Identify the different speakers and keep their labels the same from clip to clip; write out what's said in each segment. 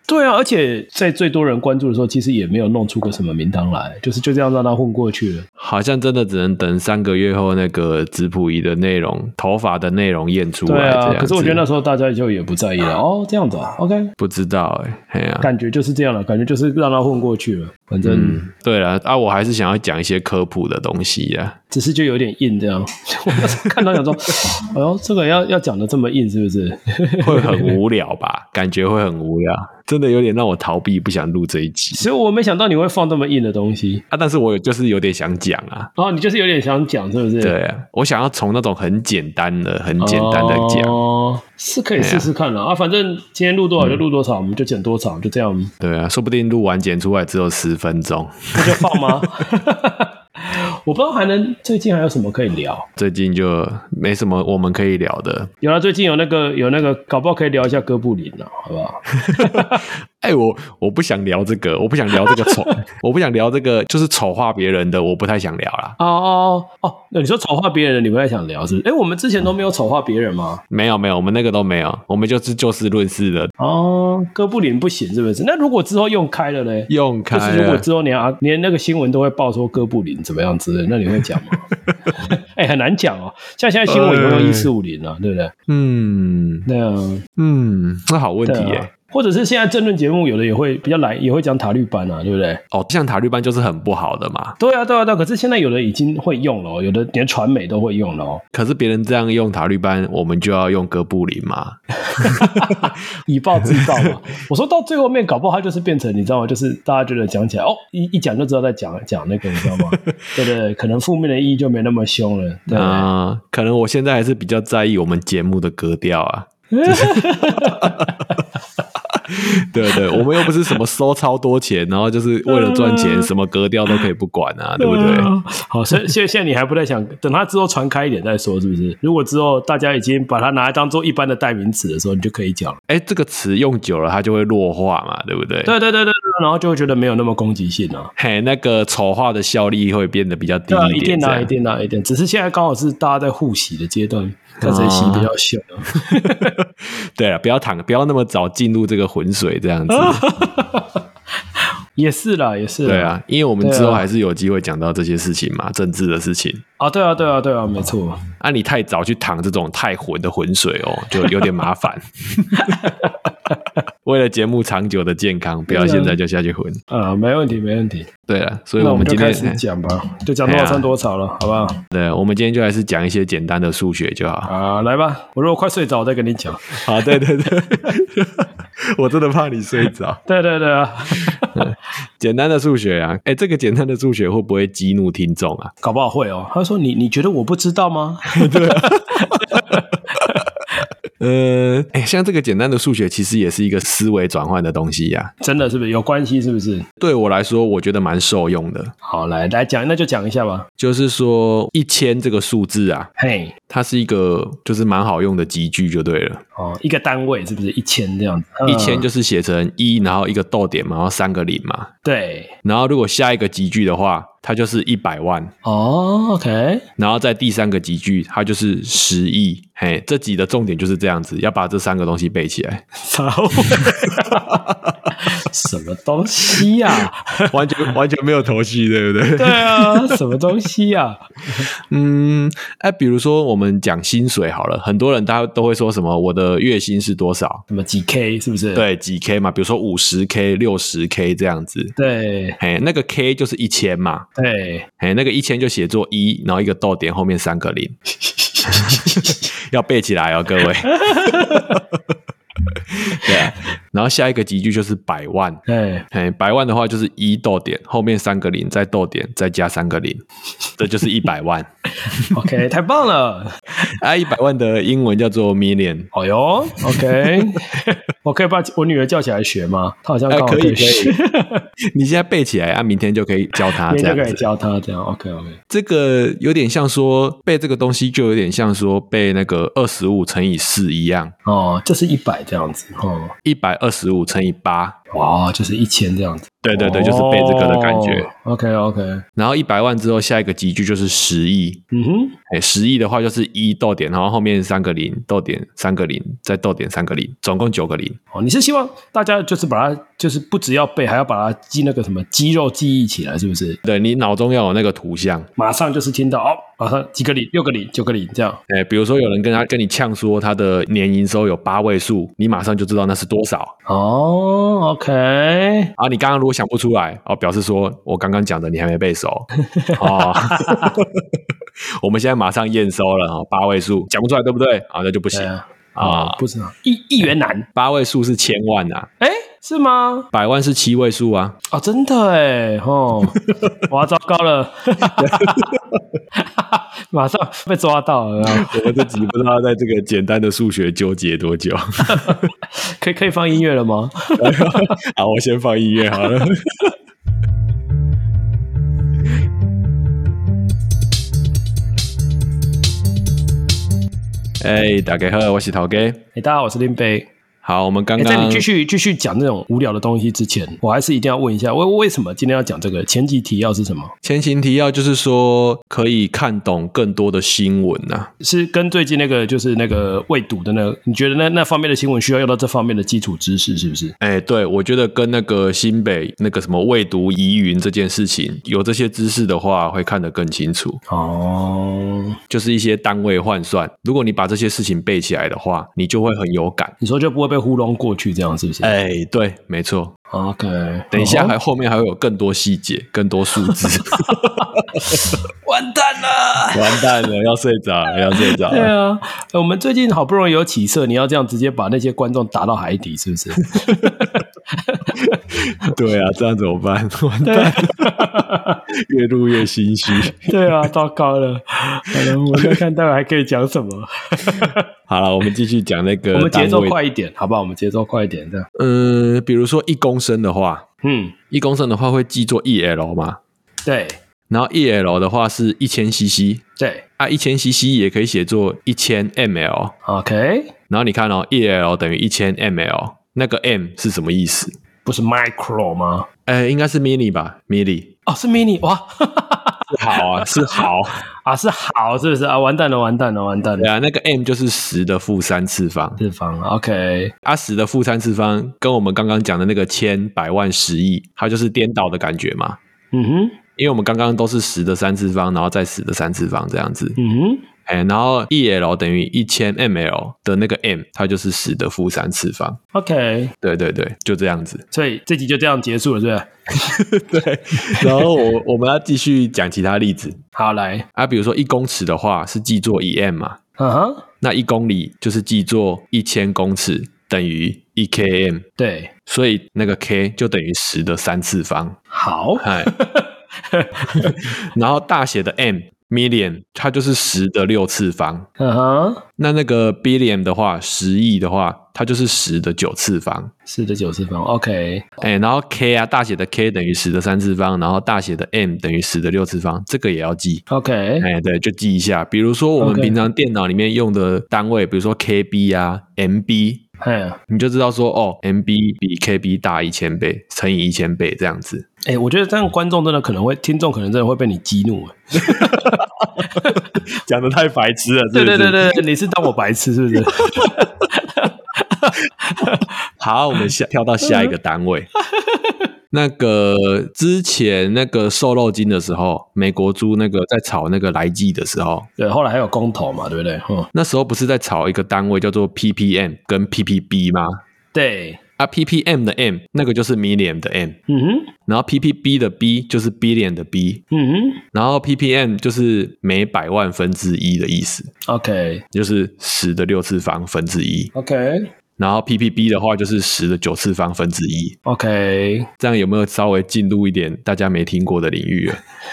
Speaker 1: 对啊，而且在最多人关注的时候，其实也没有弄出个什么名堂来，就这样让他混过去了。
Speaker 2: 好像真的只能等3个月后那个质谱仪的内容、头发的内容验出来。
Speaker 1: 对啊，
Speaker 2: 可
Speaker 1: 是我觉得那时候大家就也不在意了。哦，这样子啊 ，OK，
Speaker 2: 不知道
Speaker 1: 感觉就是这样了，感觉就是让他混过去了。反正
Speaker 2: 对了我还是想要讲一些科普的东西啊，
Speaker 1: 只是就有点硬这样。我那时候看到想说，哎呦，这个要讲的这么硬是不是？
Speaker 2: 会很无聊吧？感觉会很无聊，真的有点让我逃避，不想录这一集。
Speaker 1: 所以我没想到你会放这么硬的东西
Speaker 2: 啊！但是我就是有点想讲啊。
Speaker 1: 哦，你就是有点想讲，是不是？
Speaker 2: 对啊，我想要从那种很简单的讲。
Speaker 1: 哦，是可以试试看啦。反正今天录多少就录多少，我们就剪多少，就这样。
Speaker 2: 对啊，说不定录完剪出来只有10分钟，
Speaker 1: 那就放吗？我不知道最近还有什么可以聊。
Speaker 2: 最近就没什么我们可以聊的。
Speaker 1: 有啦，最近有那个，搞不好可以聊一下哥布林啦，好不好？
Speaker 2: 我不想聊这个，我不想聊这个丑，我不想聊这个就是丑化别人的，我不太想聊啦。
Speaker 1: 你说丑化别人的，你不太想聊是不是？我们之前都没有丑化别人吗？
Speaker 2: 没有，我们那个都没有，我们就是就事论事的。
Speaker 1: 哥布林不行是不是？那如果之后用开了呢？
Speaker 2: 用开了，
Speaker 1: 就是如果之后连那个新闻都会报说哥布林怎么样之类，那你会讲吗？很难讲哦。像现在新闻也会用1450了，对不对？
Speaker 2: 那好问题耶。
Speaker 1: 或者是现在政论节目有的也会比较也会讲塔利班啊，对不对？
Speaker 2: 像塔利班就是很不好的嘛。
Speaker 1: 对啊。可是现在有的已经会用了，有的连传媒都会用了。
Speaker 2: 可是别人这样用塔利班，我们就要用哥布林嘛？
Speaker 1: 以暴制暴嘛。我说到最后面，搞不好它就是变成你知道吗？就是大家觉得讲起来一讲就知道在讲那个，你知道吗？对，可能负面的意义就没那么凶了。对
Speaker 2: 可能我现在还是比较在意我们节目的格调啊。对，我们又不是什么收超多钱，然后就是为了赚钱，什么格调都可以不管啊，对不对？
Speaker 1: 好，现在你还不太想等它之后传开一点再说，是不是？如果之后大家已经把它拿来当做一般的代名词的时候，你就可以讲。
Speaker 2: 这个词用久了，它就会弱化嘛，对不对？
Speaker 1: 对，然后就会觉得没有那么攻击性啊。
Speaker 2: 那个丑化的效力会变得比较低一点。
Speaker 1: 一定。只是现在刚好是大家在互洗的阶段，看谁洗比较凶。
Speaker 2: 对了，不要那么早进入这个浑水这样子。
Speaker 1: 也是啦。
Speaker 2: 对啊，因为我们之后还是有机会讲到这些事情嘛，政治的事情
Speaker 1: 啊。对啊，没错。
Speaker 2: 你太早去淌这种太浑的浑水就有点麻烦。为了节目长久的健康，不要现在就下去混。
Speaker 1: 没问题。
Speaker 2: 对了，所以我们今天
Speaker 1: 就开始讲吧，就讲多少算多少了，好不好？
Speaker 2: 对，我们今天就还是讲一些简单的数学就好。
Speaker 1: 来吧，我如果快睡着，我再跟你讲。
Speaker 2: 好，对。我真的怕你睡着。
Speaker 1: 对啊。
Speaker 2: 简单的数学啊，这个简单的数学会不会激怒听众啊？
Speaker 1: 搞不好会哦。他说你觉得我不知道吗？
Speaker 2: 对啊。像这个简单的数学其实也是一个思维转换的东西呀。
Speaker 1: 真的是不是有关系？是不是？
Speaker 2: 对我来说，我觉得蛮受用的。
Speaker 1: 好，来讲，那就讲一下吧。
Speaker 2: 就是说1000这个数字啊，它是一个就是蛮好用的集句就对了。
Speaker 1: 一个单位是不是1000这样子
Speaker 2: ？1000就是写成1，然后一个逗点嘛，然后3个0嘛。
Speaker 1: 对。
Speaker 2: 然后如果下一个集句的话，它就是100万。
Speaker 1: OK。
Speaker 2: 然后在第3个集句，它就是10亿。这集的重点就是这样子，要把这3个东西背起来。
Speaker 1: 什么东西啊？
Speaker 2: 完全没有头绪，对不对？
Speaker 1: 对啊，什么东西啊？
Speaker 2: 比如说我们讲薪水好了，很多人大家都会说什么我的月薪是多少？
Speaker 1: 什么几 K 是不是？
Speaker 2: 对，几 K 嘛，比如说50K、60K 这样子。
Speaker 1: 对，
Speaker 2: 那个 K 就是1000嘛。
Speaker 1: 对，
Speaker 2: 那个1000就写作1，然后一个逗点后面3个0。要背起来哦，各位。对啊，然后下一个集句就是100万。100万的话就是1逗点后面3个0，再逗点再加3个0，这就是100万。
Speaker 1: OK， 太棒了。
Speaker 2: 100万的英文叫做 million。
Speaker 1: 哦哟 ，OK。我可以把我女儿叫起来学吗？她好像刚好可以学。
Speaker 2: 你现在背起来明天就可以教她，
Speaker 1: 明天就可以教她这样。OK。
Speaker 2: 这个有点像说背这个东西，就有点像说背那个25乘以4一样。
Speaker 1: 这是100这样子。
Speaker 2: 125乘以8，
Speaker 1: 哇，就是1000这样子。
Speaker 2: 对对对，就是背这个的感觉。
Speaker 1: OK。
Speaker 2: 然后100万之后，下一个集聚就是10亿。10亿的话就是1逗点，然后后面3个0，逗点3个0，再逗点3个0，总共9个0。
Speaker 1: 你是希望大家就是把它，就是不只要背，还要把它记那个什么肌肉记忆起来，是不是？
Speaker 2: 对，你脑中要有那个图像，马
Speaker 1: 上就是听到马上几个0，6个0，9个0这样。
Speaker 2: 比如说有人跟你呛说他的年营收有8位数，你马上就知道那是多少。
Speaker 1: OK。
Speaker 2: 你刚刚如果想不出来，表示说我刚刚讲的你还没背熟。我们现在马上验收了8位数，讲不出来对不对？那就不行。
Speaker 1: 不是亿元难
Speaker 2: ，8位数是1000万啊。
Speaker 1: 是吗
Speaker 2: ？100万是7位数啊。
Speaker 1: 真的耶。哇，糟糕了。马上被抓到了。
Speaker 2: 我们这集不知道在这个简单的数学纠结多久。
Speaker 1: 可以放音乐了吗？
Speaker 2: 好，我先放音乐好了。大家好，我是陶哥。
Speaker 1: 大家好，我是林北。
Speaker 2: 好，我们刚刚
Speaker 1: 在你继续讲那种无聊的东西之前，我还是一定要问一下，为什么今天要讲这个？前集提要是什么？
Speaker 2: 前情提要就是说可以看懂更多的新闻啊，
Speaker 1: 是跟最近那个就是那个未读的那个，你觉得那方面的新闻需要用到这方面的基础知识，是不是？
Speaker 2: 对，我觉得跟那个新北那个什么未读疑云这件事情，有这些知识的话，会看得更清楚。就是一些单位换算，如果你把这些事情背起来的话，你就会很有感。
Speaker 1: 你说就不会被糊弄过去，这样是不是？
Speaker 2: 对，没错。
Speaker 1: OK，
Speaker 2: 等一下后面还会有更多细节，更多数字。
Speaker 1: 完蛋了，
Speaker 2: 要睡着了。
Speaker 1: 对啊，我们最近好不容易有起色，你要这样直接把那些观众打到海底，是不是？
Speaker 2: 对啊，这样怎么办？完蛋，越录越心虚。
Speaker 1: 对啊，糟糕了。好了，我在看待会还可以讲什么。
Speaker 2: 好了，我们继续讲那个。
Speaker 1: 我们节奏快一点，好不好？我们节奏快一点，这样。
Speaker 2: 比如说1公升的话，1公升的话会记作 1L 吗？
Speaker 1: 对。
Speaker 2: 然后 1L 的话是1000cc，
Speaker 1: 对。
Speaker 2: 1000cc 也可以写作1000ml。
Speaker 1: OK。
Speaker 2: 然后你看1L 等于1000ml，那个 M 是什么意思？
Speaker 1: 不是 micro 吗？
Speaker 2: 应该是 mini 吧 ，mini。
Speaker 1: 是 mini， 哇。
Speaker 2: 好啊，是好
Speaker 1: 是好，是不是啊？完蛋了。
Speaker 2: 对啊，那个 M 就是10的负3次方。
Speaker 1: OK。
Speaker 2: 10的负3次方跟我们刚刚讲的那个1000、100万、10亿，它就是颠倒的感觉嘛。因为我们刚刚都是10的3次方，然后再10的3次方这样子。然后 1L 等于1000ml 的那个 M， 它就是10的负3次方。
Speaker 1: OK。
Speaker 2: 对，就这样子。
Speaker 1: 所以这集就这样结束了，是不
Speaker 2: 是？对。然后我们要继续讲其他例子。
Speaker 1: 好，来
Speaker 2: 比如说1公尺的话是记作1M 嘛。那1公里就是记作1000公尺等于1km。
Speaker 1: 对。
Speaker 2: 所以那个 K 就等于10的3次方。
Speaker 1: 好。
Speaker 2: 然后大写的 M。million 它就是10的6次方。那个 billion 的话，10亿的话，它就是10的9次方。
Speaker 1: 10的9次方 OK。
Speaker 2: 然后 K 大写的 K 等于10的3次方，然后大写的 M 等于10的6次方，这个也要记。
Speaker 1: OK。
Speaker 2: 对，就记一下。比如说我们平常电脑里面用的单位，比如说 KB 啊 MB，你就知道说MB 比 KB 大1000倍乘以1000倍这样子。
Speaker 1: 我觉得这样观众真的可能会，听众可能真的会被你激怒。
Speaker 2: 讲得太白痴了，是不是？
Speaker 1: 对，你是当我白痴是不是？
Speaker 2: 好，我们跳到下一个单位。那个之前那个瘦肉精的时候，美国猪那个在炒那个来剂的时候，
Speaker 1: 对，后来还有公投嘛，对不对？
Speaker 2: 那时候不是在炒一个单位叫做 ppm 跟 ppb 吗？
Speaker 1: 对。
Speaker 2: ppm 的 M 那个就是 million 的 M。然后 ppb 的 B 就是 billion 的 B。然后 ppm 就是每100万分之一的意思。
Speaker 1: OK。
Speaker 2: 就是10的6次方分之一。
Speaker 1: OK。
Speaker 2: 然后 ppb 的话就是10的9次方分之一。
Speaker 1: OK。
Speaker 2: 这样有没有稍微进入一点大家没听过的领域了？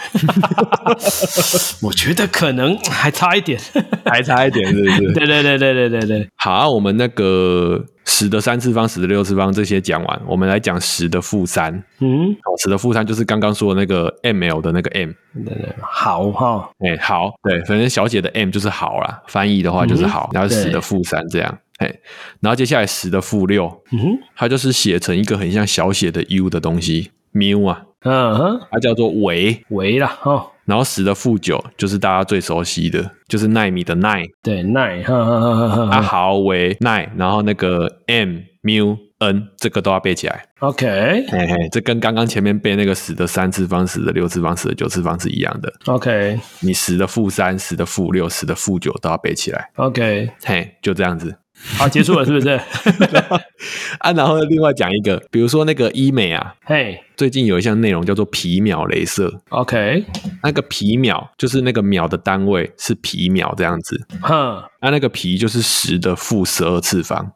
Speaker 1: 我觉得可能还差一点。
Speaker 2: 还差一点是不是？
Speaker 1: 对。
Speaker 2: 好，我们那个10的3次方、10的6次方这些讲完，我们来讲10的负3。10的负3就是刚刚说的那个 ml 的那个 M。
Speaker 1: 好哈。
Speaker 2: 好，对，反正小写的 M 就是好啦，翻译的话就是好，然后10的负3这样。 然后接下来10的负6，它就是写成一个很像小写的 U 的东西 ，mu 啊，它叫做微
Speaker 1: 啦，
Speaker 2: 然后10的负9就是大家最熟悉的，就是奈米的奈，
Speaker 1: 对奈，
Speaker 2: 毫微奈，然后那个 m mu n 这个都要背起来。
Speaker 1: OK，
Speaker 2: 这跟刚刚前面背那个10的3次方、10的6次方、10的9次方是一样的。
Speaker 1: OK，
Speaker 2: 你10的负3、10的负6、10的负9都要背起来。
Speaker 1: OK，
Speaker 2: 就这样子。
Speaker 1: 好，结束了是不是？
Speaker 2: 然后另外讲一个，比如说那个医美啊，最近有一项内容叫做皮秒雷射。
Speaker 1: OK，
Speaker 2: 那个皮秒就是那个秒的单位是皮秒这样子。那个皮就是10的负12次方。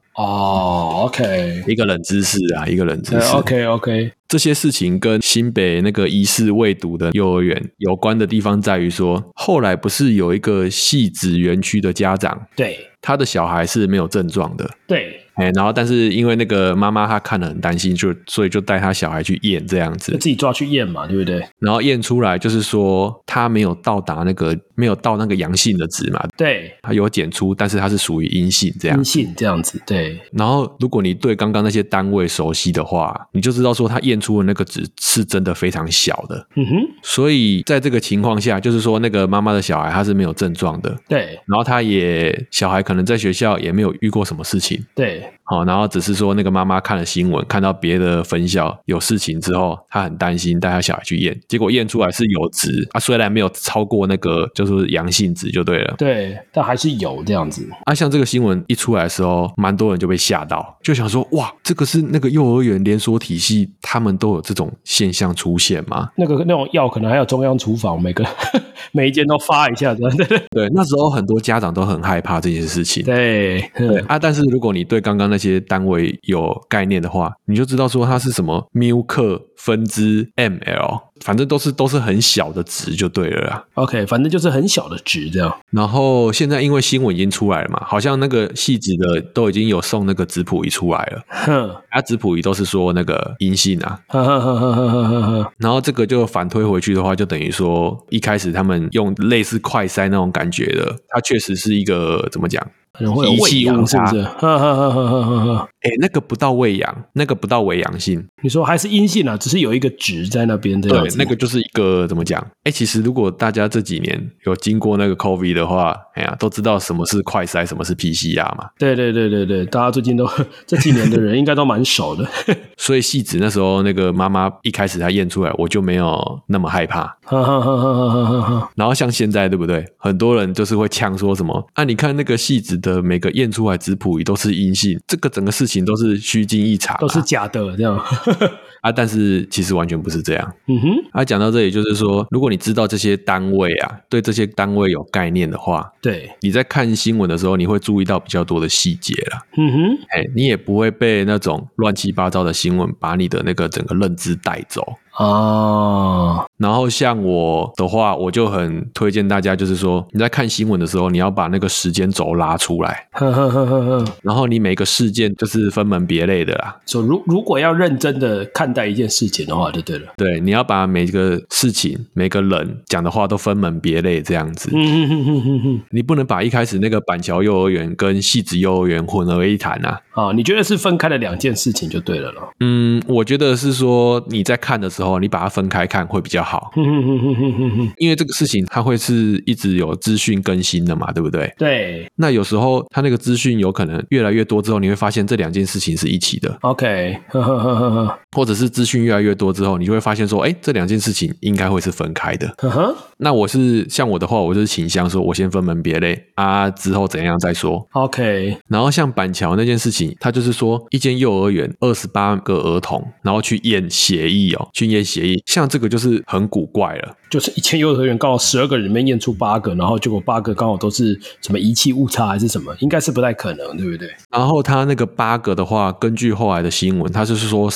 Speaker 1: OK，
Speaker 2: 一个冷知识啊，一个冷知识。
Speaker 1: OK，
Speaker 2: 这些事情跟新北那个疑似未读的幼儿园有关的地方在于说，后来不是有一个戏子园区的家长，
Speaker 1: 对，
Speaker 2: 他的小孩是没有症状的，
Speaker 1: 对。
Speaker 2: 然后但是因为那个妈妈她看了很担心，所以就带她小孩去验这样子，
Speaker 1: 自己抓去验嘛，对不对？
Speaker 2: 然后验出来就是说他没有到那个阳性的值嘛，
Speaker 1: 对，
Speaker 2: 他有检出，但是他是属于阴性这样，
Speaker 1: 阴性这样子，对。
Speaker 2: 然后如果你对刚刚那些单位熟悉的话，你就知道说他验出的那个值是真的非常小的。所以在这个情况下，就是说那个妈妈的小孩他是没有症状的，
Speaker 1: 对。
Speaker 2: 然后小孩可能在学校也没有遇过什么事情，
Speaker 1: 对。
Speaker 2: 然后只是说那个妈妈看了新闻，看到别的分校有事情之后，她很担心，带她小孩去验，结果验出来是有值虽然没有超过那个就是阳性值就对了，
Speaker 1: 对，但还是有这样子
Speaker 2: 像这个新闻一出来的时候，蛮多人就被吓到，就想说哇，这个是那个幼儿园连锁体系他们都有这种现象出现吗？
Speaker 1: 那种药可能还有中央厨房，每一间都发一下，
Speaker 2: 对，那时候很多家长都很害怕这件事情，
Speaker 1: 对
Speaker 2: 但是如果你对刚刚那些单位有概念的话，你就知道说它是什么缪克分之 ml， 反正都是很小的值就对了啦。
Speaker 1: OK， 反正就是很小的值这样。
Speaker 2: 然后现在因为新闻已经出来了嘛，好像那个细致的都已经有送那个质谱仪出来了，质谱仪都是说那个阴性啊，然后这个就反推回去的话，就等于说一开始他们用类似快筛那种感觉的，它确实是一个怎么讲？
Speaker 1: 可能会有喂养，是不是？
Speaker 2: 那个不到喂养，那个不到伪阳性。
Speaker 1: 你说还是阴性啊，只是有一个值在那边这样子。
Speaker 2: 对，那个就是一个怎么讲？其实如果大家这几年有经过那个 COVID 的话，都知道什么是快筛，什么是 PCR 嘛。
Speaker 1: 对，大家最近这几年的人应该都蛮熟的。
Speaker 2: 所以细子那时候那个妈妈一开始她验出来，我就没有那么害怕。然后像现在对不对？很多人就是会呛说什么你看那个细子的每个验出来质谱仪都是阴性，这个整个事情都是虚惊一场，
Speaker 1: 都是假的这样。
Speaker 2: 但是其实完全不是这样。讲到这里就是说，如果你知道这些单位对这些单位有概念的话，
Speaker 1: 对，你
Speaker 2: 在看新闻的时候，你会注意到比较多的细节啦。你也不会被那种乱七八糟的新闻把你的那个整个认知带走。然后像我的话，我就很推荐大家，就是说你在看新闻的时候，你要把那个时间轴拉出来，然后你每个事件就是分门别类的啦。
Speaker 1: 如果要认真的看待一件事情的话，就对了。
Speaker 2: 对，你要把每个事情、每个人讲的话都分门别类这样子。你不能把一开始那个板桥幼儿园跟汐止幼儿园混为一谈啊。
Speaker 1: 你觉得是分开了两件事情就对了咯。
Speaker 2: 我觉得是说你在看的时候，你把它分开看会比较好。因为这个事情它会是一直有资讯更新的嘛，对不对？
Speaker 1: 对。
Speaker 2: 那有时候它那个资讯有可能越来越多之后，你会发现这两件事情是一起的。
Speaker 1: OK。
Speaker 2: 或者是资讯越来越多之后，你就会发现说，这两件事情应该会是分开的。那像我的话，我就是倾向说我先分门别类之后怎样再说。
Speaker 1: OK。
Speaker 2: 然后像板桥那件事情，它就是说一间幼儿园28个儿童，然后去验血液去验血液，像这个就是很古怪了。
Speaker 1: 就是一间幼儿园刚好12个人里面验出8个，然后结果8个刚好都是什么仪器误差还是什么，应该是不太可能，对不对？
Speaker 2: 然后他那个8个的话，根据后来的新闻，他就是说4个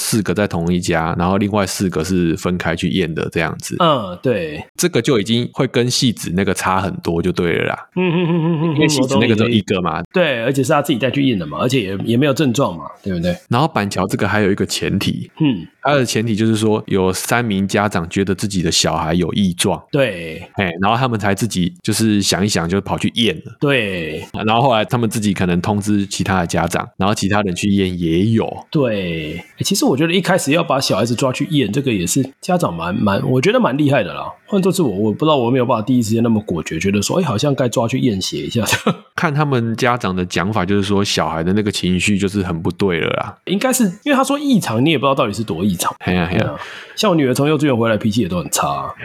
Speaker 2: 在同一家，然后另外4个是分开去验的这样子。
Speaker 1: 对，
Speaker 2: 这个就已经会跟细子那个差很多就对了啦。因为细子那个只有1个嘛。
Speaker 1: 对，而且是他自己带去验的嘛，而且也没有症状嘛，对不对？
Speaker 2: 然后板桥这个还有一个前提，他的前提就是说有3名家长觉得自己的小孩有异状，
Speaker 1: 对，
Speaker 2: 然后他们才自己就是想一想就跑去验了，
Speaker 1: 对，
Speaker 2: 然后后来他们自己可能通知其他的家长，然后其他人去验也有。
Speaker 1: 对，其实我觉得一开始要把小孩子抓去验，这个也是家长我觉得蛮厉害的啦。换作是我不知道我没有办法第一时间那么果决，觉得说好像该抓去验血一下。
Speaker 2: 看他们家长的讲法，就是说小孩的那个情绪就是很不对了啦。
Speaker 1: 应该是因为他说异常，你也不知道到底是多异常。像我女儿从幼稚园回来，脾气也都很差。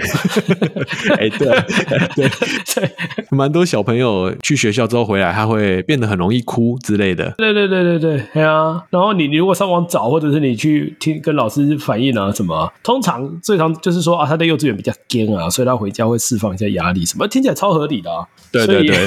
Speaker 2: 对，蛮多小朋友去学校之后回来，他会变得很容易哭之类的。
Speaker 1: 对，然后你如果上网找，或者是你去跟老师反映啊什么，最常就是说他在幼稚园比较惊啊，所以他回家会释放一下压力什么，听起来超合理的啊。
Speaker 2: 对，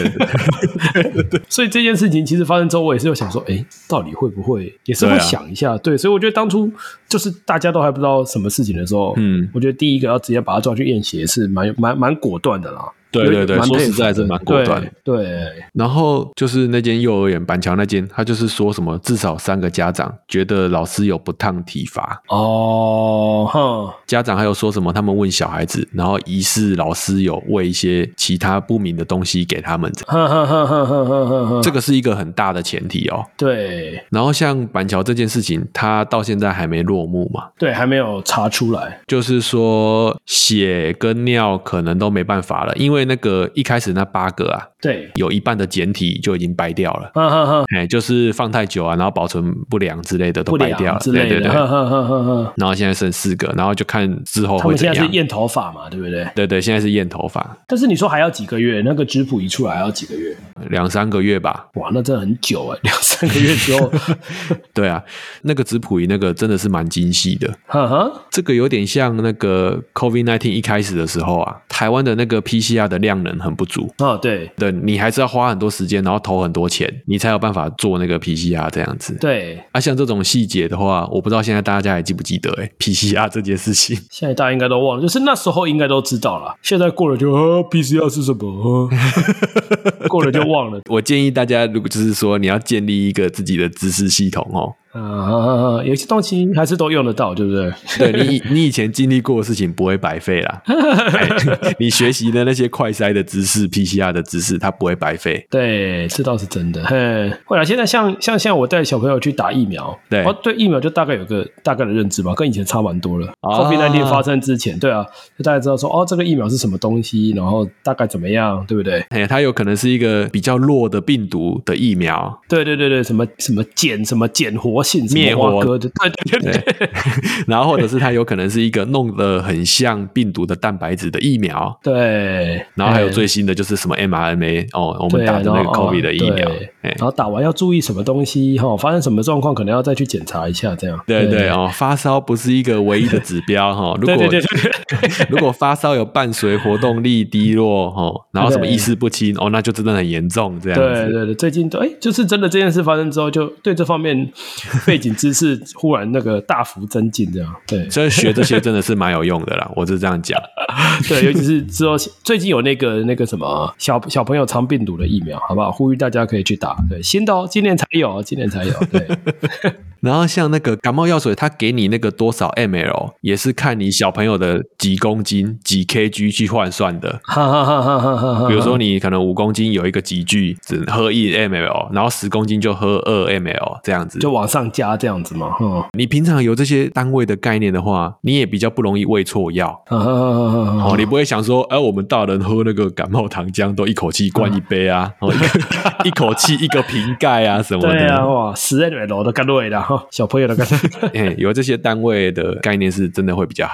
Speaker 1: 所以这件事情其实发生之后，我也是有想说，到底会不会也是会想一下。对，所以我觉得当初就是大家都还不知道什么事情的时候，我觉得第一个要直接把他抓去验血是蛮果断的啦。
Speaker 2: 对，说实在是蛮果断。
Speaker 1: 对，
Speaker 2: 然后就是那间幼儿园板桥那间，他就是说什么至少3个家长觉得老师有不当体罚。家长还有说什么他们问小孩子，然后疑似老师有喂一些其他不明的东西给他们。这个是一个很大的前提哦。
Speaker 1: 对。
Speaker 2: 然后像板桥这件事情，他到现在还没落幕嘛？
Speaker 1: 对，还没有查出来。
Speaker 2: 就是说血跟尿可能都没办法了，因为那个一开始那8个啊，
Speaker 1: 对，
Speaker 2: 有一半的检体就已经掰掉了。就是放太久啊，然后保存不良之类的都掰掉了。对。然后现在剩4个，然后就看之后会怎样。
Speaker 1: 他们现在是验头发嘛，对不对？
Speaker 2: 对，现在是验头发。
Speaker 1: 但是你说还要几个月？那个质谱一出来还要几个月
Speaker 2: ？2-3个月吧。
Speaker 1: 哇，那真的很久2-3个月之后。
Speaker 2: 对啊，那个质谱仪那个真的是蛮精细的。这个有点像那个 COVID-19 一开始的时候啊，台湾的那个 PCR 的量能很不足。
Speaker 1: 对，
Speaker 2: 你还是要花很多时间，然后投很多钱，你才有办法做那个 PCR 这样子。
Speaker 1: 对
Speaker 2: 像这种细节的话，我不知道现在大家还记不记得PCR 这件事情。
Speaker 1: 现在大家应该都忘了，就是那时候应该都知道了，现在过了就PCR 是什么过了就忘了。
Speaker 2: 我建议大家，如果就是说你要建立一个自己的知识系统
Speaker 1: 有些东西还是都用得到，对不对？
Speaker 2: 对，你以前经历过的事情不会白费啦。你学习的那些快筛的知识、PCR 的知识，它不会白费。
Speaker 1: 对，这倒是真的。后来现在像我带小朋友去打疫苗，对疫苗就大概有个大概的认知吧，跟以前差蛮多了。COVID-19 发生之前，对啊，就大概知道说这个疫苗是什么东西，然后大概怎么样，对不对？
Speaker 2: 它有可能是一个比较弱的病毒的疫苗。
Speaker 1: 对，什么减活性
Speaker 2: 灭活
Speaker 1: 的，对。
Speaker 2: 然后或者是它有可能是一个弄得很像病毒的蛋白质的疫苗。
Speaker 1: 对。
Speaker 2: 然后还有最新的就是什么 mRNA 我们打的那个 COVID 的疫苗。
Speaker 1: 然后打完要注意什么东西发生什么状况可能要再去检查一下这样。
Speaker 2: 对发烧不是一个唯一的指标如果发烧有伴随活动力低落然后什么意识不清那就真的很严重这样子。
Speaker 1: 对，最近就是真的这件事发生之后，就对这方面背景知识忽然那个大幅增进这样。对，
Speaker 2: 所以学这些真的是蛮有用的啦，我是这样讲。
Speaker 1: 对，尤其是之后最近有那个什么小朋友肠病毒的疫苗，好不好？呼吁大家可以去打。对，新的今年才有。对。
Speaker 2: 然后像那个感冒药水，它给你那个多少 ml， 也是看你小朋友的几公斤、几 kg 去换算的。比如说你可能5公斤有一个几句只喝1 ml， 然后10公斤就喝2 ml 这样子，
Speaker 1: 就往上加这样子嘛。
Speaker 2: 你平常有这些单位的概念的话，你也比较不容易喂错药。你不会想说，我们大人喝那个感冒糖浆都一口气灌一杯啊，一口气一个瓶盖啊什么的。
Speaker 1: 对啊，哇，10 ml 都干对了。小朋友的感觉
Speaker 2: 有这些单位的概念是真的会比较好啦。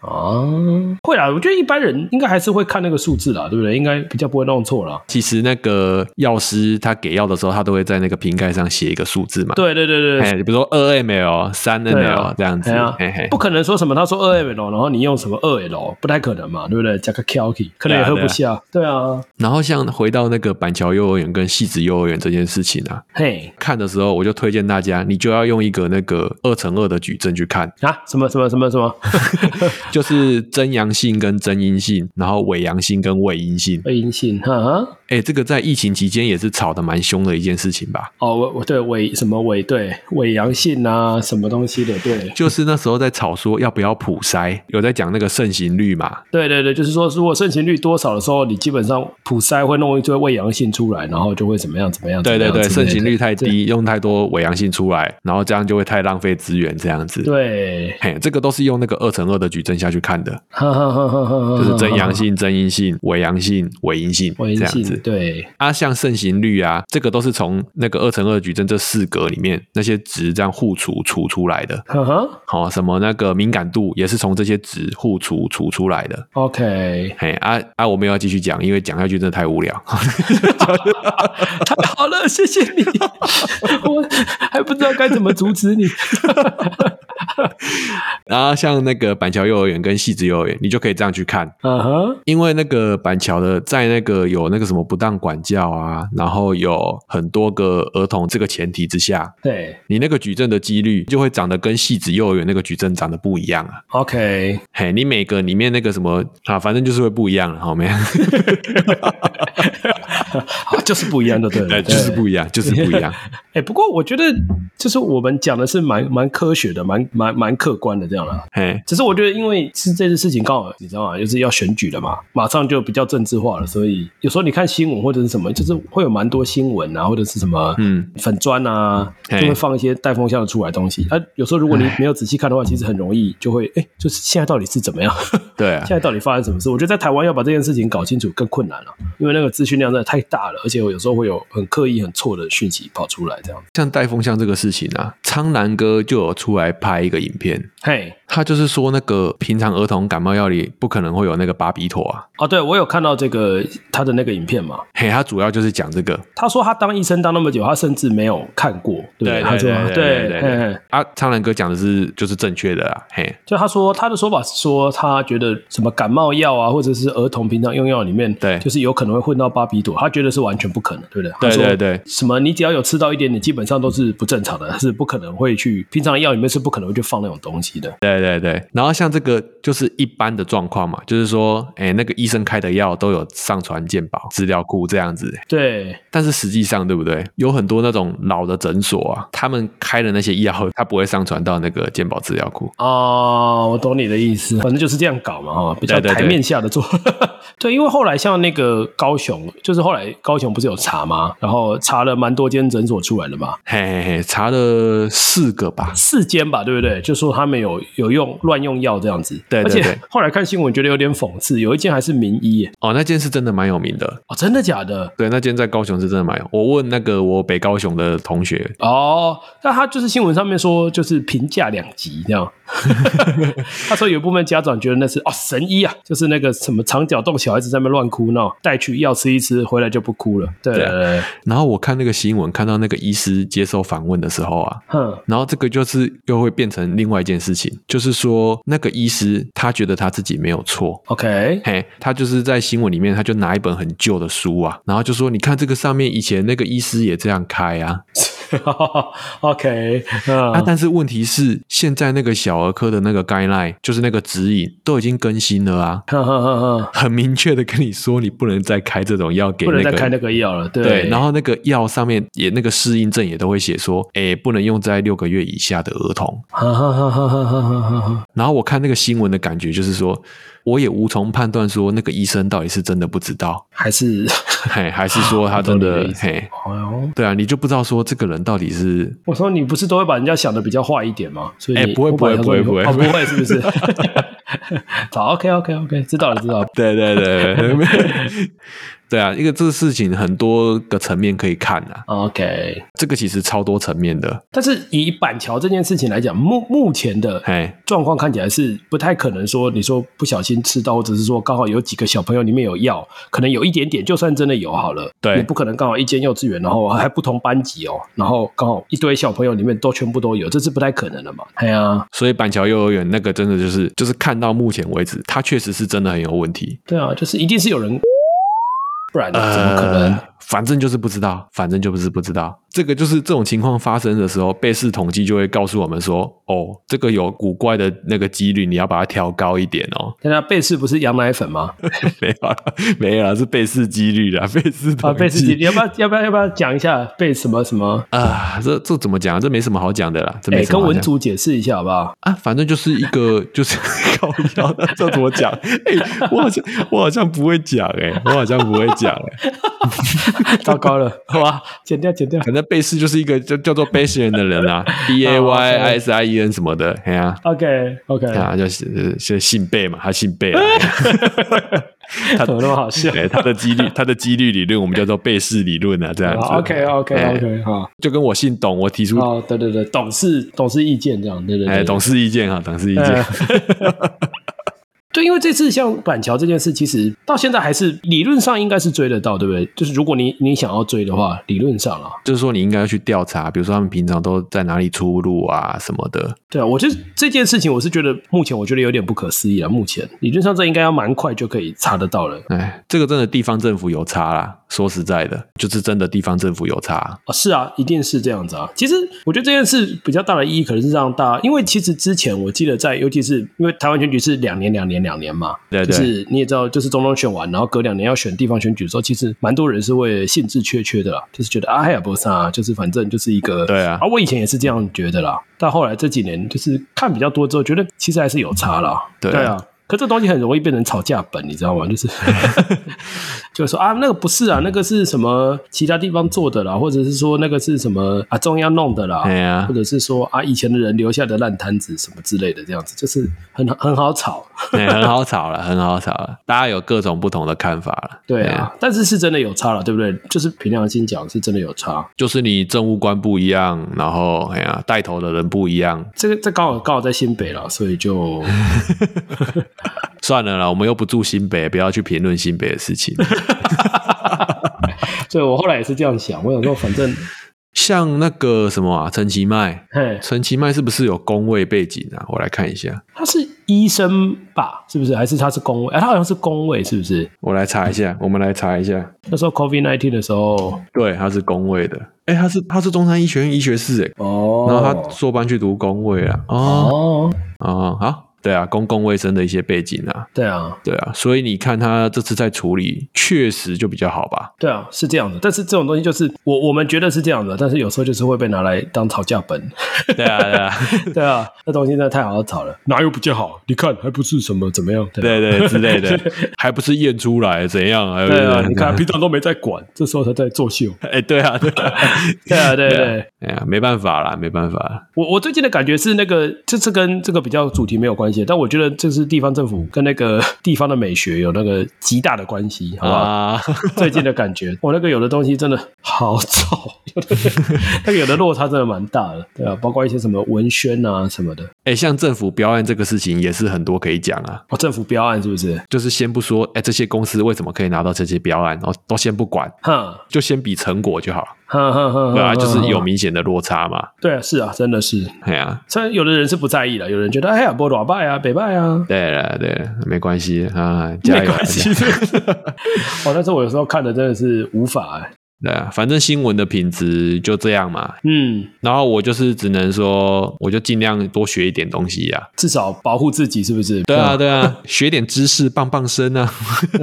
Speaker 1: 会啦，我觉得一般人应该还是会看那个数字啦，对不对？应该比较不会弄错啦。
Speaker 2: 其实那个药师他给药的时候，他都会在那个瓶盖上写一个数字嘛。
Speaker 1: 对，
Speaker 2: 比如说2ml、3ml 这样子，
Speaker 1: 不可能说什么他说2ml，然后你用什么2L，不太可能嘛，对不对？加个 Kelky 可能也喝不下。对啊。
Speaker 2: 然后像回到那个板桥幼儿园跟汐止幼儿园这件事情啊，看的时候我就推荐大家，你就要用一个那个2×2的矩阵去看
Speaker 1: 啊，什么，
Speaker 2: 就是真阳性跟真阴性，然后伪阳性跟伪阴性。
Speaker 1: 伪阴性，
Speaker 2: 这个在疫情期间也是吵得蛮凶的一件事情吧？
Speaker 1: 对，伪阳性啊，什么东西的，对，
Speaker 2: 就是那时候在吵说要不要普筛，有在讲那个盛行率嘛？
Speaker 1: 对，就是说如果盛行率多少的时候，你基本上普筛会弄一堆伪阳性出来，然后就会怎么样。
Speaker 2: 对，盛行率太低，用太多伪阳性出来，然后这样就会太浪费资源，这样子。
Speaker 1: 对，
Speaker 2: 这个都是用那个2×2的矩阵下去看的，就是真阳性、真阴性、伪阳性、伪阴性这样子。
Speaker 1: 对
Speaker 2: 像盛行率啊，这个都是从那个2×2矩阵这4格里面那些值这样互除出来的。什么那个敏感度也是从这些值互除出来的。
Speaker 1: OK，
Speaker 2: 我们要继续讲，因为讲下去真的太无聊。
Speaker 1: 太好了，谢谢你，我还不知道该怎么阻止你。
Speaker 2: 然后像那个板桥幼儿园跟汐止幼儿园，你就可以这样去看。因为那个板桥的在那个有那个什么不当管教啊，然后有很多个儿童这个前提之下，
Speaker 1: 对，
Speaker 2: 你那个矩阵的几率就会长得跟汐止幼儿园那个矩阵长得不一样啊。
Speaker 1: OK，
Speaker 2: 你每个里面那个什么反正就是会不一样了，好没？
Speaker 1: 就是不一样的，对，
Speaker 2: 就是不一样。
Speaker 1: 不过我觉得就是我们讲的是蛮科学的，蛮客观的这样啦。只是我觉得因为是这件事情刚好你知道吗，就是要选举了嘛，马上就比较政治化了，所以有时候你看新闻或者是什么，就是会有蛮多新闻啊，或者是什么粉专啊，就会放一些带风向出来的东西。有时候如果你没有仔细看的话，其实很容易就会就是现在到底是怎么样？对啊，现在到底发生什么事？我觉得在台湾要把这件事情搞清楚更困难了，因为那个资讯量真的太大了，而且有时候会有很刻意很错的讯息跑出来这样。
Speaker 2: 像带风向这个事情啊，苍南哥就有出来拍一个影片，他就是说那个平常儿童感冒药里不可能会有那个巴比妥啊。
Speaker 1: 对，我有看到这个他的那个影片嘛。
Speaker 2: 他主要就是讲这个。他
Speaker 1: 说他当医生当那么久，他甚至没有看过。对，
Speaker 2: 苍南哥讲的就是正确的啦。
Speaker 1: 就他说他的说法是说，他觉得什么感冒药啊，或者是儿童平常用药里面，对，就是有可能会混到巴比妥，他觉得是完全不可能，对不对？对，什么你只要有吃到一点点，基本上都是不正常的，是不可能会去平常的药里面是不可能会去放那种东西的。
Speaker 2: 对，然后像这个就是一般的状况嘛，就是说，那个医生开的药都有上传健保资料库这样子。对，但是实际上，对不对？有很多那种老的诊所啊，他们开的那些药，他不会上传到那个健保资料库。
Speaker 1: 我懂你的意思，反正就是这样搞嘛，比较台面下的做。对，因为后来像那个高雄，就是后来高雄不是有查吗？然后查了蛮多间诊所出来了嘛。
Speaker 2: 查了4间
Speaker 1: 吧，对不对？就说他们有乱用药这样子。对，而且后来看新闻觉得有点讽刺，有一间还是名医耶。
Speaker 2: 那间是真的蛮有名的。
Speaker 1: 真的假的？
Speaker 2: 对，那间在高雄是真的蛮有。我问那个我北高雄的同学。
Speaker 1: 那他就是新闻上面说就是评价2级这样。他说有部分家长觉得那是神医啊，就是那个什么肠绞痛小孩子在那边乱哭闹，带去药吃一吃，回来就不哭了。对。
Speaker 2: 然后我看那个新闻，看到那个医师接受访问的时候啊，然后这个就是又会变成另外一件事情，就是说那个医师他觉得他自己没有错。
Speaker 1: OK，
Speaker 2: 他就是在新闻里面他就拿一本很旧的书啊，然后就说你看这个上面以前那个医师也这样开啊。
Speaker 1: OK，
Speaker 2: 但是问题是现在那个小儿科的那个 guideline 就是那个指引都已经更新了啊，很明确的跟你说你不能再开这种药给
Speaker 1: 不能再开那个药了。
Speaker 2: 对，然后那个药上面也那个适应症也都会写说不能用在6个月以下的儿童。然后我看那个新闻的感觉就是说我也无从判断说那个医生到底是真的不知道
Speaker 1: 还是
Speaker 2: 说他真的对啊，你就不知道说这个人到底是。
Speaker 1: 我说你不是都会把人家想的比较坏一点吗？所以
Speaker 2: 不会不会
Speaker 1: 不会是不是？好 OK 知道了。
Speaker 2: 对对啊，一个这个事情很多个层面可以看啊。
Speaker 1: OK，
Speaker 2: 这个其实超多层面的。
Speaker 1: 但是以板桥这件事情来讲，目前的状况看起来是不太可能说，你说不小心吃到，或者是说刚好有几个小朋友里面有药，可能有一点点，就算真的有好了，对，你不可能刚好一间幼稚园，然后还不同班级哦，然后刚好一堆小朋友里面都全部都有，这是不太可能的嘛。
Speaker 2: 所以板桥幼儿园那个真的就是看到目前为止，它确实是真的很有问题。
Speaker 1: 对啊，就是一定是有人，不然怎么可能？
Speaker 2: 反正就是不知道，反正就是不知道。这个就是这种情况发生的时候，贝氏统计就会告诉我们说，哦，这个有古怪的那个几率，你要把它调高一点哦。
Speaker 1: 那贝氏不是羊奶粉吗？
Speaker 2: 没有啦，是贝氏几率啦，贝氏统计。
Speaker 1: 贝氏几率，要不要讲一下贝什么
Speaker 2: 啊？这怎么讲？这没什么好讲的啦。这没什么好讲。
Speaker 1: 跟文组解释一下好不好？
Speaker 2: 啊，反正就是一个就是靠腰的，这怎么讲？我好像不会讲我好像不会讲
Speaker 1: 糟糕了，好吧，剪掉。
Speaker 2: 反正贝氏就是一个叫做贝氏人的人啊，BAYISIEN 什么的，嘿啊
Speaker 1: ，OK，
Speaker 2: 啊，就是姓贝嘛，他姓贝啊。
Speaker 1: 他怎么那么好笑？
Speaker 2: 他的几率理论，我们叫做贝氏理论啊，这样子。
Speaker 1: OK， 好，
Speaker 2: 就跟我姓董，我提出
Speaker 1: 对，董事意见这样，对，
Speaker 2: 董事意见哈，董事意见。
Speaker 1: 对，因为这次像板桥这件事，其实到现在还是理论上应该是追得到，对不对？就是如果你想要追的话，理论上啊，
Speaker 2: 就是说你应该要去调查，比如说他们平常都在哪里出入啊什么的。
Speaker 1: 对啊，我觉得这件事情我是觉得目前我觉得有点不可思议啊。目前理论上这应该要蛮快就可以查得到了。
Speaker 2: 这个真的地方政府有差啦。说实在的，就是真的地方政府有差
Speaker 1: 是啊，一定是这样子啊。其实我觉得这件事比较大的意义可能是让大家，因为其实之前我记得尤其是因为台湾选举是2年嘛，
Speaker 2: 对，
Speaker 1: 就是你也知道，就是总统选完，然后隔2年要选地方选举的时候，其实蛮多人是会兴致缺的啦，就是觉得还有不啥，就是反正就是一个
Speaker 2: 对啊，
Speaker 1: 我以前也是这样觉得啦，但后来这几年就是看比较多之后，觉得其实还是有差啦，对啊。可这东西很容易变成吵架本，你知道吗？就是说那个不是啊，那个是什么其他地方做的啦，或者是说那个是什么中央弄的啦，或者是说以前的人留下的烂摊子什么之类的，这样子就是很好吵，
Speaker 2: 很好吵了，大家有各种不同的看法了。
Speaker 1: 对啊，但是真的有差了，对不对？就是凭良心讲，是真的有差。
Speaker 2: 就是你政务官不一样，然后带头的人不一样。
Speaker 1: 这刚好在新北啦，所以就
Speaker 2: 算了啦，我们又不住新北，不要去评论新北的事情。
Speaker 1: 所以我后来也是这样想，我想说反正
Speaker 2: 像那个什么陈其迈是不是有公卫背景啊？我来看一下，
Speaker 1: 他是医生吧？是不是？还是他是公卫？他好像是公卫，是不是？
Speaker 2: 我来查一下，我们来查一下。
Speaker 1: 那时候 COVID-19 的时候，
Speaker 2: 对，他是公卫的。他是中山医学院医学士然后他硕班去读公卫啊。好。对啊，公共卫生的一些背景啊，
Speaker 1: 对啊，
Speaker 2: 所以你看他这次在处理，确实就比较好吧？
Speaker 1: 对啊，是这样的。但是这种东西就是我们觉得是这样的，但是有时候就是会被拿来当吵架本。
Speaker 2: 对啊，
Speaker 1: 那东西真的太好吵了，哪有比较好？你看还不是什么怎么样？
Speaker 2: 对之类的，还不是验出来怎样？
Speaker 1: 对啊，你看平常都没在管，这时候才在作秀。
Speaker 2: 对啊，没办法啦。
Speaker 1: 我最近的感觉是这次跟这个比较主题没有关系。但我觉得这是地方政府跟那个地方的美学有那个极大的关系，好不好？最近的感觉，那个有的东西真的好吵，那个有的落差真的蛮大的，对啊，包括一些什么文宣啊什么的。
Speaker 2: 像政府标案这个事情也是很多可以讲啊。
Speaker 1: 政府标案是不是？
Speaker 2: 就是先不说，这些公司为什么可以拿到这些标案，都先不管，就先比成果就好。对啊，就是有明显的落差嘛。
Speaker 1: 对啊，是啊，真的是。虽然有的人是不在意了，有人觉得不多败啊，北败啊。
Speaker 2: 对了，没关系啊，加油。
Speaker 1: 没关系。但是我有时候看的真的是无法
Speaker 2: 对啊，反正新闻的品质就这样嘛。然后我就是只能说，我就尽量多学一点东西啊，
Speaker 1: 至少保护自己，是不是？
Speaker 2: 对啊，学点知识，棒棒声啊。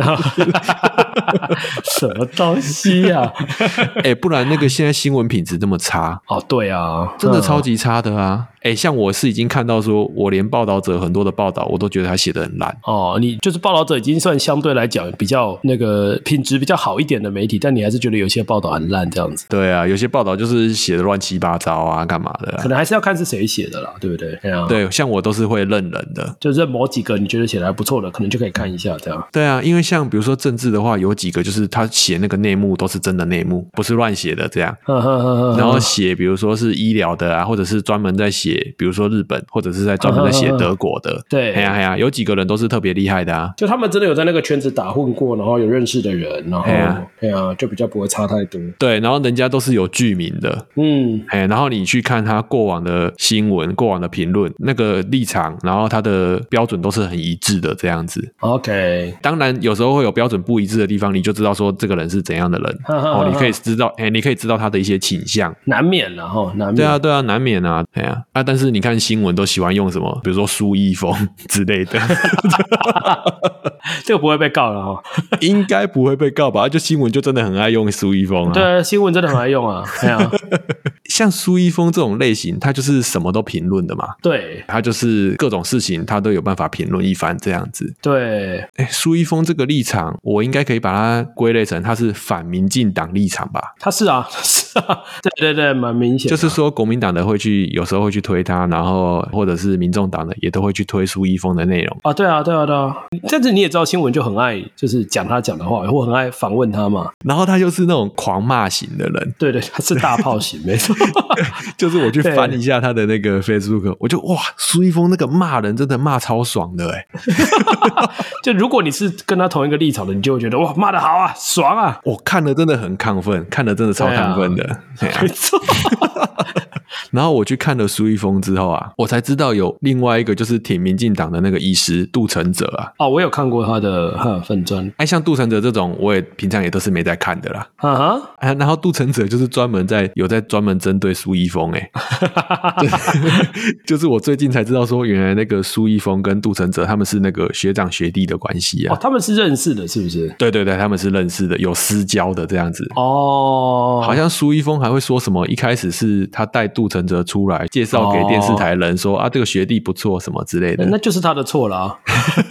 Speaker 1: 什么东西啊？
Speaker 2: 不然那个现在新闻品质这么差
Speaker 1: 对啊，
Speaker 2: 真的超级差的啊。像我是已经看到说，我连报道者很多的报道，我都觉得他写得很烂。
Speaker 1: 你就是报道者已经算相对来讲比较那个品质比较好一点的媒体，但你还是觉得有些报道很烂这样子。
Speaker 2: 对啊，有些报道就是写的乱七八糟啊，干嘛的可
Speaker 1: 能还是要看是谁写的啦，对不对？
Speaker 2: 对，像我都是会认人的，
Speaker 1: 就认某几个你觉得写的还不错的，可能就可以看一下这样。
Speaker 2: 对啊，因为像比如说政治的话， 有几个就是他写那个内幕都是真的内幕，不是乱写的这样。然后写比如说是医疗的啊，或者是专门在写比如说日本，或者是在专门在写德国的。
Speaker 1: 对，
Speaker 2: 嘿呀，有几个人都是特别厉害的啊，
Speaker 1: 就他们真的有在那个圈子打混过，然后有认识的人，然后就比较不会差太多。
Speaker 2: 对，然后人家都是有剧名的。然后你去看他过往的新闻，过往的评论，那个立场，然后他的标准都是很一致的这样子。
Speaker 1: OK，
Speaker 2: 当然有时候会有标准不一致的地方，你就知道说这个人是怎样的人。你可以知道他的一些倾向，难免啦，难免。对啊，难免啊。但是你看新闻都喜欢用什么，比如说苏一峰之类的。
Speaker 1: 这个不会被告了哈，
Speaker 2: 应该不会被告吧？就新闻就真的很爱用苏一峰啊。
Speaker 1: 对，新闻真的很爱用啊。
Speaker 2: 像苏一峰这种类型，他就是什么都评论的嘛。
Speaker 1: 对，
Speaker 2: 他就是各种事情他都有办法评论一番这样子。
Speaker 1: 对，
Speaker 2: 苏一峰这个立场，我应该可以把它归类成他是反民进党立场吧？
Speaker 1: 他是啊，对，蛮明显的。
Speaker 2: 就是说国民党的有时候会去推他，然后或者是民众党的也都会去推苏一峰的内容
Speaker 1: 啊。对啊。但是你也知道新闻就很爱就是讲他讲的话，或很爱访问他嘛。
Speaker 2: 然后他就是那种狂骂型的人。
Speaker 1: 对，他是大炮型，没错。
Speaker 2: 就是我去翻一下他的那个 Facebook， 我就哇，苏一峰那个骂人真的骂超爽的
Speaker 1: 就如果你是跟他同一个立场的，你就会觉得哇，骂得好啊，爽啊！
Speaker 2: 我看了真的很亢奋，看了真的超亢奋的。
Speaker 1: 没错。
Speaker 2: 然后我去看了苏一峰之后啊，我才知道有另外一个就是挺民进党的那个医师杜承哲啊。
Speaker 1: 我有看过他的粉专。
Speaker 2: 像杜承哲这种，我也平常也都是没在看的啦。然后杜承哲就是专门针对苏一峰就是我最近才知道说，原来那个苏一峰跟杜承哲他们是那个学长学弟的关系啊。
Speaker 1: 他们是认识的，是不是？
Speaker 2: 对，他们是认识的，有私交的这样子。好像苏一峰还会说什么，一开始是他带杜承哲出来介绍给电视台人说这个学弟不错什么之类的。
Speaker 1: 那就是他的错了啊。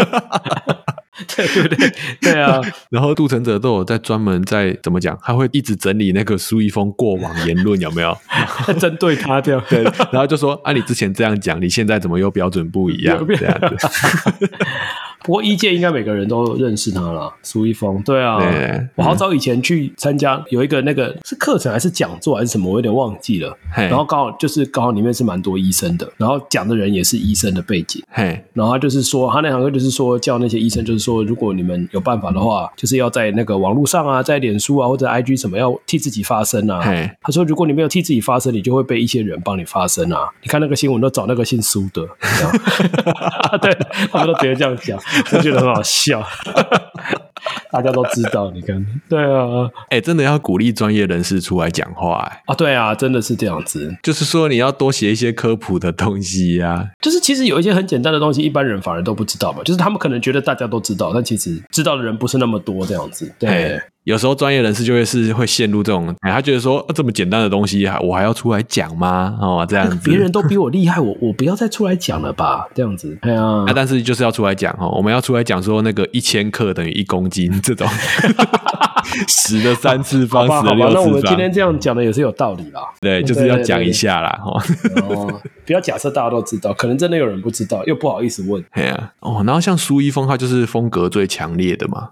Speaker 1: 对不对？对啊。
Speaker 2: 然后杜承哲都有在专门在怎么讲，他会一直整理那个苏一峰过往言论有没有？
Speaker 1: 针对他这样。
Speaker 2: 对，然后就说你之前这样讲，你现在怎么又标准不一样？这样子。
Speaker 1: 不过医界应该每个人都认识他了，苏一峰。对啊，我好早以前去参加有一个那个是课程还是讲座还是什么，我有点忘记了。然后刚好里面是蛮多医生的，然后讲的人也是医生的背景。然后他就是说，他那堂课就是说叫那些医生，就是说如果你们有办法的话，就是要在那个网络上啊，在脸书啊或者 IG 什么要替自己发声啊。他说如果你没有替自己发声，你就会被一些人帮你发声啊。你看那个新闻都找那个姓苏的。对，他们都直接这样讲。我觉得很好笑。大家都知道，你看。对啊。
Speaker 2: 真的要鼓励专业人士出来讲话。
Speaker 1: 对啊，真的是这样子。
Speaker 2: 就是说你要多写一些科普的东西啊。
Speaker 1: 就是其实有一些很简单的东西一般人反而都不知道嘛，就是他们可能觉得大家都知道，但其实知道的人不是那么多这样子。对。
Speaker 2: 有时候专业人士就会陷入这种，他觉得说这么简单的东西我还要出来讲吗？这样子。别
Speaker 1: 人都比我厉害，我不要再出来讲了吧？这样子。
Speaker 2: 但是就是要出来讲我们要出来讲说那个1000克等于1公斤这种10的3次方，10的6次方。
Speaker 1: 那我们今天这样讲的也是有道理啦。
Speaker 2: 对，就是要讲一下啦。
Speaker 1: 不要假设大家都知道，可能真的有人不知道，又不好意思问。
Speaker 2: 然后像苏一峰，他就是风格最强烈的嘛。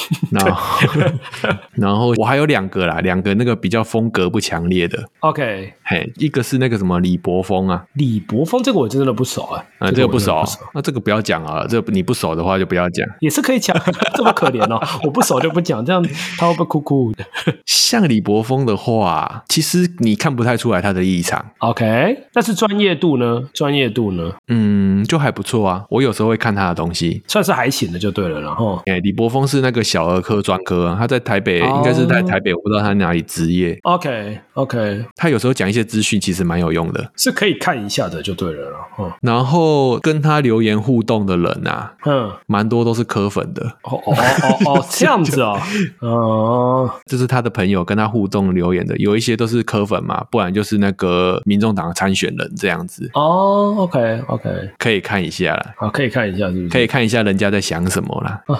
Speaker 2: 然后我还有两个那个比较风格不强烈的。
Speaker 1: OK，
Speaker 2: 一个是那个什么李伯峰啊。
Speaker 1: 李伯峰这个我真的不熟
Speaker 2: 这个不熟。那这个不要讲啊，这个你不熟的话就不要讲。
Speaker 1: 也是可以讲，这么可怜哦，我不熟就不讲，这样他会不会哭哭的？
Speaker 2: 像李伯峰的话，其实你看不太出来他的立场。
Speaker 1: OK， 但是专业度呢？
Speaker 2: 就还不错啊。我有时候会看他的东西，
Speaker 1: 算是还行的就对了。然后，
Speaker 2: 李伯峰是那个小儿科专科，他在台北，应该是在台北，我不知道他哪里职业。
Speaker 1: OK，
Speaker 2: 他有时候讲一些资讯，其实蛮有用的，
Speaker 1: 是可以看一下的就对了。
Speaker 2: 然后跟他留言互动的人啊，蛮多都是科粉的。
Speaker 1: 这样子啊。
Speaker 2: 这是他的朋友跟他互动留言的，有一些都是柯粉嘛，不然就是那个民众党参选人这样子。
Speaker 1: OK，
Speaker 2: 可以看一下啦。
Speaker 1: 好，可以看一下是不是？
Speaker 2: 可以看一下人家在想什么啦。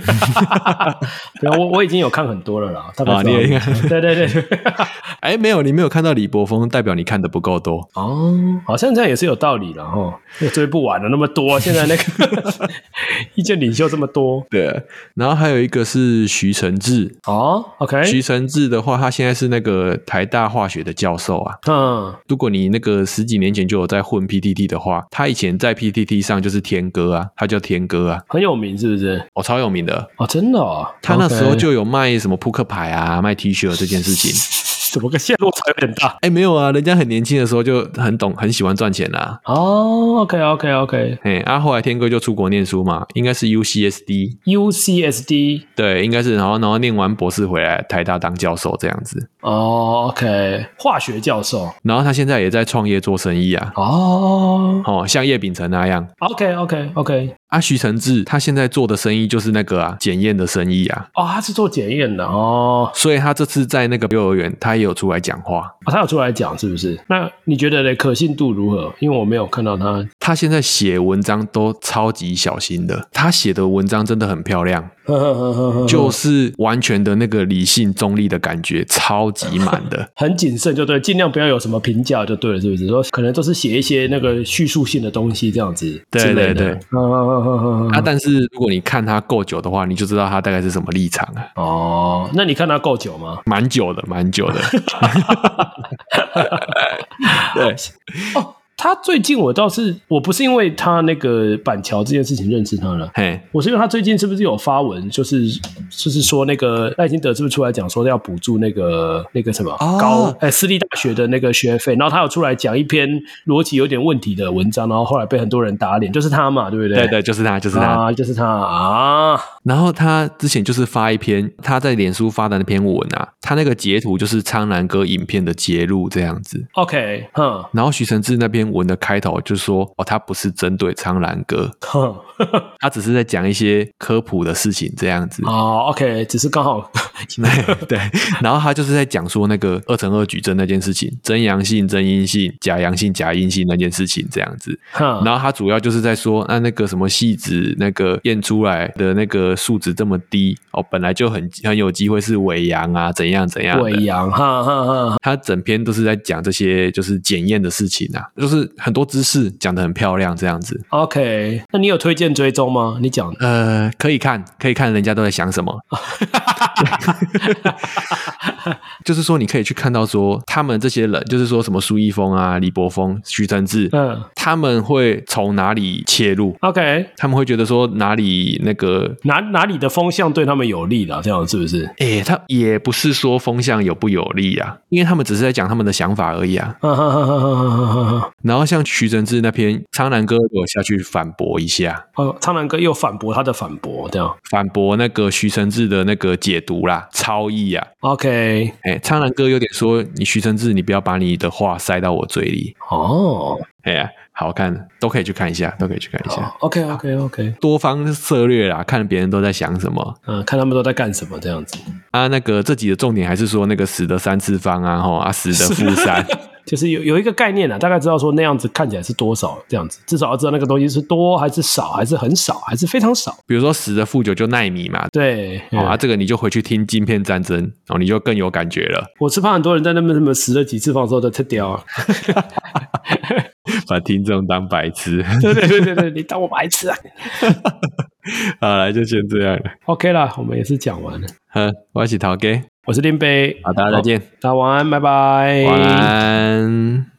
Speaker 1: 我已经有看很多了啦，大概
Speaker 2: 你也看。
Speaker 1: 对。
Speaker 2: 没有，你没有看到李柏锋，代表你看的不够多。
Speaker 1: 好像这样也是有道理啦齁，追不完了那么多，现在那个意见领袖这么多。
Speaker 2: 对，然后还有一个是徐承志。
Speaker 1: OK，
Speaker 2: 徐承志的话，他现在是那个台大化学的教授啊。如果你那个10几年前就有在混 PTT 的话，他以前在 PTT 上就是天哥啊，他叫天哥啊，
Speaker 1: 很有名是不是？
Speaker 2: 超有名的
Speaker 1: 真的哦。
Speaker 2: 他那时候就有卖什么扑克牌啊，卖 T 恤这件事情。
Speaker 1: 怎么个线落差有点大？
Speaker 2: 没有啊，人家很年轻的时候就很懂，很喜欢赚钱啦。
Speaker 1: OK。
Speaker 2: 后来天哥就出国念书嘛，应该是 UCSD。对，应该是，然后念完博士回来台大当教授这样子。
Speaker 1: OK， 化学教授。
Speaker 2: 然后他现在也在创业做生意啊。像叶秉成那样。
Speaker 1: OK。
Speaker 2: 徐承志他现在做的生意就是那个检验的生意啊。
Speaker 1: 他是做检验的
Speaker 2: 所以他这次在那个幼儿园他也有出来讲话。
Speaker 1: 他有出来讲是不是？那你觉得可信度如何？因为我没有看到他。
Speaker 2: 他现在写文章都超级小心的，他写的文章真的很漂亮。就是完全的那个理性中立的感觉，超级满的。
Speaker 1: 很谨慎就对，尽量不要有什么评价就对了，是不是？说可能都是写一些那个叙述性的东西这样子。
Speaker 2: 对。但是如果你看他够久的话，你就知道他大概是什么立场啊。
Speaker 1: 那你看他够久吗？
Speaker 2: 蛮久的。对。
Speaker 1: 他最近我不是因为他那个板桥这件事情认识他了，我是因为他最近是不是有发文，就是说那个赖清德是不是出来讲说要补助那个什么私立大学的那个学费，然后他有出来讲一篇逻辑有点问题的文章，然后后来被很多人打脸，就是他嘛，对不对？
Speaker 2: 对，就是他然后他之前就是发一篇他在脸书发的那篇文啊，他那个截图就是苍蓝鸽影片的截录这样子。
Speaker 1: OK，
Speaker 2: 然后徐承志那篇文的开头就说他不是针对苍蓝鸽，他只是在讲一些科普的事情这样子。
Speaker 1: OK， 只是刚好
Speaker 2: 对。然后他就是在讲说那个2×2矩阵那件事情，真阳性真阴性，假阳性假阴性那件事情这样子。然后他主要就是在说那个什么细子那个验出来的那个数值这么低本来就很有机会是伪阳啊，怎样的
Speaker 1: 伪阳。
Speaker 2: 他整篇都是在讲这些就是检验的事情啊，就是很多知识讲得很漂亮这样子。
Speaker 1: OK， 那你有推荐追踪吗？你讲
Speaker 2: 可以看人家都在想什么。就是说你可以去看到说他们这些人，就是说什么苏一峰啊、李柏锋、徐承志，他们会从哪里切入
Speaker 1: ？OK，
Speaker 2: 他们会觉得说哪里那个
Speaker 1: 哪里的风向对他们有利啦，这样是不是？
Speaker 2: 他也不是说风向有不有利啊，因为他们只是在讲他们的想法而已啊。然后像徐承志那篇，苍蓝哥有下去反驳一下。
Speaker 1: 苍蓝哥又反驳他的反驳，这样
Speaker 2: 反驳那个徐承志的那个解读啦，超译啊。
Speaker 1: OK，
Speaker 2: 苍蓝哥有点说你徐承志，你不要把你的话塞到我嘴里。好看，都可以去看一下。
Speaker 1: OK，
Speaker 2: 多方策略啦，看别人都在想什么，
Speaker 1: 看他们都在干什么这样子。
Speaker 2: 那个这集的重点还是说那个10的3次方啊，10的负3。
Speaker 1: 就是有一个概念大概知道说那样子看起来是多少这样子，至少要知道那个东西是多还是少，还是很少，还是非常少。
Speaker 2: 比如说10的负9就奈米嘛，
Speaker 1: 对，
Speaker 2: 这个你就回去听晶片战争，你就更有感觉了。
Speaker 1: 我是怕很多人在那边什么10的几次方的时候都特屌
Speaker 2: 把听众当白痴。
Speaker 1: 对，你当我白痴啊。
Speaker 2: 好，来就先这样了。
Speaker 1: OK 啦，我们也是讲完了。
Speaker 2: 我是陶哥，
Speaker 1: 我是林北，
Speaker 2: 好，大家再见，
Speaker 1: 大家晚安，拜拜，
Speaker 2: 晚安。